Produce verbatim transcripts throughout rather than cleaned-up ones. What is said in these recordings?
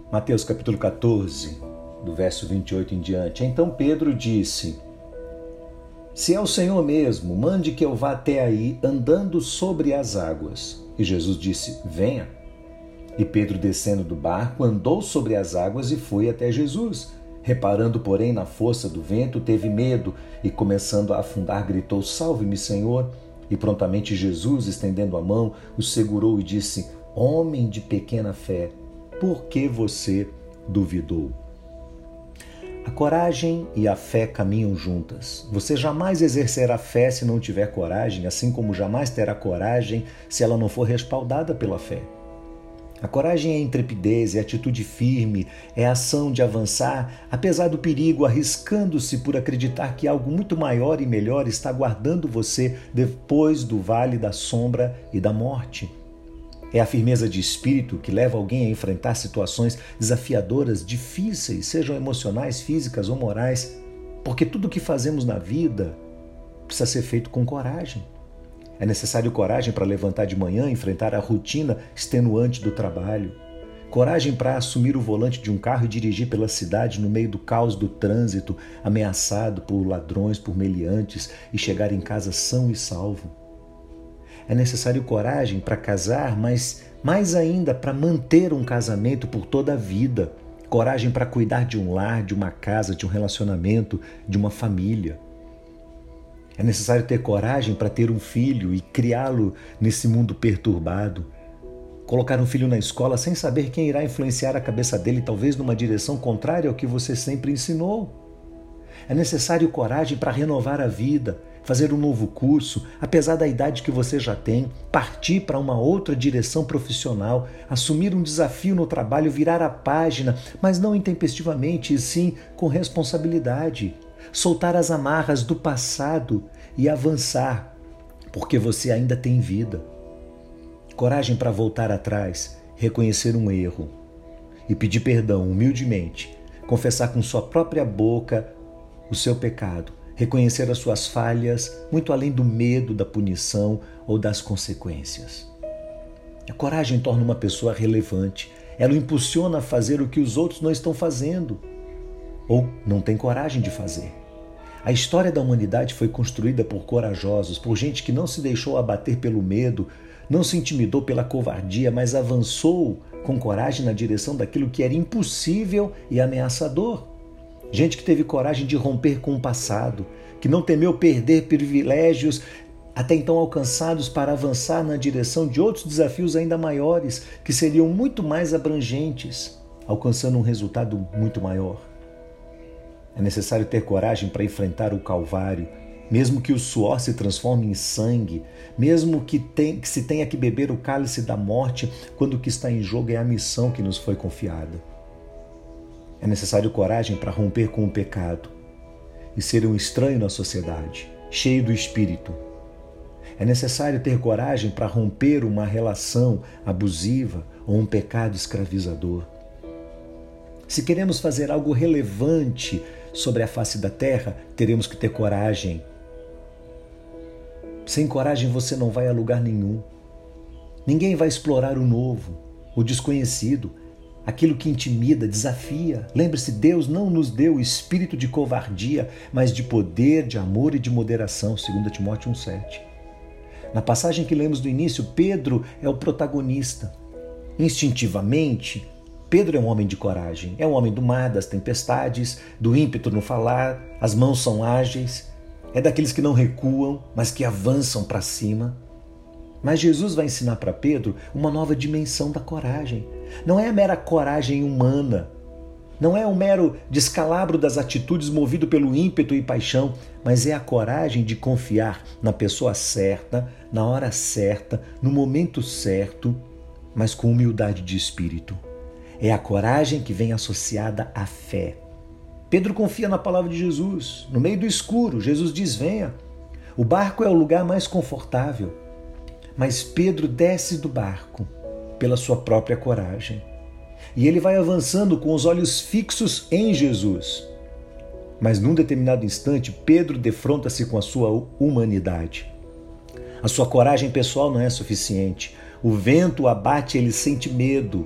Mateus capítulo quatorze, do verso vinte e oito em diante. Então Pedro disse: Se é o Senhor mesmo, mande que eu vá até aí andando sobre as águas. E Jesus disse: Venha. E Pedro, descendo do barco, andou sobre as águas e foi até Jesus. Reparando, porém, na força do vento, teve medo e, começando a afundar, gritou: Salve-me, Senhor! E prontamente Jesus, estendendo a mão, o segurou e disse: Homem de pequena fé, por que você duvidou? A coragem e a fé caminham juntas. Você jamais exercerá fé se não tiver coragem, assim como jamais terá coragem se ela não for respaldada pela fé. A coragem é intrepidez, é atitude firme, é ação de avançar, apesar do perigo, arriscando-se por acreditar que algo muito maior e melhor está aguardando você depois do vale da sombra e da morte. É a firmeza de espírito que leva alguém a enfrentar situações desafiadoras, difíceis, sejam emocionais, físicas ou morais, porque tudo o que fazemos na vida precisa ser feito com coragem. É necessário coragem para levantar de manhã e enfrentar a rotina extenuante do trabalho. Coragem para assumir o volante de um carro e dirigir pela cidade no meio do caos do trânsito, ameaçado por ladrões, por meliantes, e chegar em casa são e salvo. É necessário coragem para casar, mas mais ainda para manter um casamento por toda a vida. Coragem para cuidar de um lar, de uma casa, de um relacionamento, de uma família. É necessário ter coragem para ter um filho e criá-lo nesse mundo perturbado. Colocar um filho na escola sem saber quem irá influenciar a cabeça dele, talvez numa direção contrária ao que você sempre ensinou. É necessário coragem para renovar a vida, fazer um novo curso, apesar da idade que você já tem, partir para uma outra direção profissional, assumir um desafio no trabalho, virar a página, mas não intempestivamente, e sim com responsabilidade. Soltar as amarras do passado e avançar, porque você ainda tem vida. Coragem para voltar atrás, reconhecer um erro e pedir perdão humildemente, confessar com sua própria boca o seu pecado, reconhecer as suas falhas, muito além do medo da punição ou das consequências. A coragem torna uma pessoa relevante, ela o impulsiona a fazer o que os outros não estão fazendo ou não tem coragem de fazer. A história da humanidade foi construída por corajosos, por gente que não se deixou abater pelo medo, não se intimidou pela covardia, mas avançou com coragem na direção daquilo que era impossível e ameaçador. Gente que teve coragem de romper com o passado, que não temeu perder privilégios até então alcançados para avançar na direção de outros desafios ainda maiores, que seriam muito mais abrangentes, alcançando um resultado muito maior. É necessário ter coragem para enfrentar o Calvário, mesmo que o suor se transforme em sangue, mesmo que, tem, que se tenha que beber o cálice da morte, quando o que está em jogo é a missão que nos foi confiada. É necessário coragem para romper com o pecado e ser um estranho na sociedade, cheio do Espírito. É necessário ter coragem para romper uma relação abusiva ou um pecado escravizador. Se queremos fazer algo relevante sobre a face da terra, teremos que ter coragem. Sem coragem você não vai a lugar nenhum. Ninguém vai explorar o novo, o desconhecido, aquilo que intimida, desafia. Lembre-se, Deus não nos deu espírito de covardia, mas de poder, de amor e de moderação, segundo Timóteo um, sete. Na passagem que lemos do início, Pedro é o protagonista. Instintivamente, Pedro é um homem de coragem, é um homem do mar, das tempestades, do ímpeto no falar, as mãos são ágeis, é daqueles que não recuam, mas que avançam para cima. Mas Jesus vai ensinar para Pedro uma nova dimensão da coragem. Não é a mera coragem humana, não é o mero descalabro das atitudes movido pelo ímpeto e paixão, mas é a coragem de confiar na pessoa certa, na hora certa, no momento certo, mas com humildade de espírito. É a coragem que vem associada à fé. Pedro confia na palavra de Jesus. No meio do escuro, Jesus diz: venha. O barco é o lugar mais confortável. Mas Pedro desce do barco pela sua própria coragem. E ele vai avançando com os olhos fixos em Jesus. Mas num determinado instante, Pedro defronta-se com a sua humanidade. A sua coragem pessoal não é suficiente. O vento o abate, ele sente medo.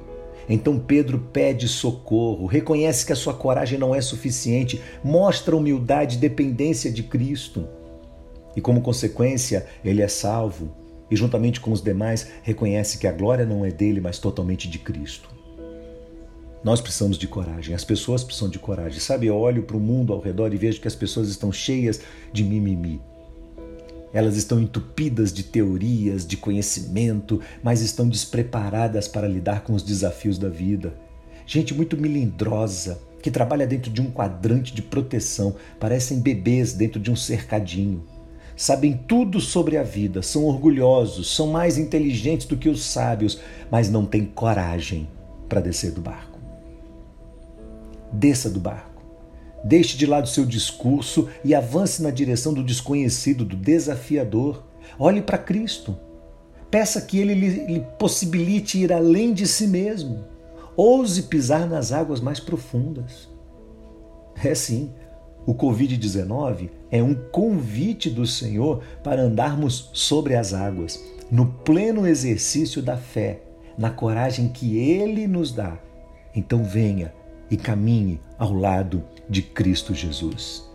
Então Pedro pede socorro, reconhece que a sua coragem não é suficiente, mostra humildade e dependência de Cristo. E como consequência, ele é salvo e juntamente com os demais reconhece que a glória não é dele, mas totalmente de Cristo. Nós precisamos de coragem, as pessoas precisam de coragem. Sabe, eu olho para o mundo ao redor e vejo que as pessoas estão cheias de mimimi. Elas estão entupidas de teorias, de conhecimento, mas estão despreparadas para lidar com os desafios da vida. Gente muito melindrosa, que trabalha dentro de um quadrante de proteção, parecem bebês dentro de um cercadinho. Sabem tudo sobre a vida, são orgulhosos, são mais inteligentes do que os sábios, mas não têm coragem para descer do barco. Desça do barco. Deixe de lado seu discurso e avance na direção do desconhecido, do desafiador. Olhe para Cristo. Peça que Ele lhe possibilite ir além de si mesmo. Ouse pisar nas águas mais profundas. É sim, o covid dezenove é um convite do Senhor para andarmos sobre as águas, no pleno exercício da fé, na coragem que Ele nos dá. Então venha e caminhe ao lado de Cristo Jesus.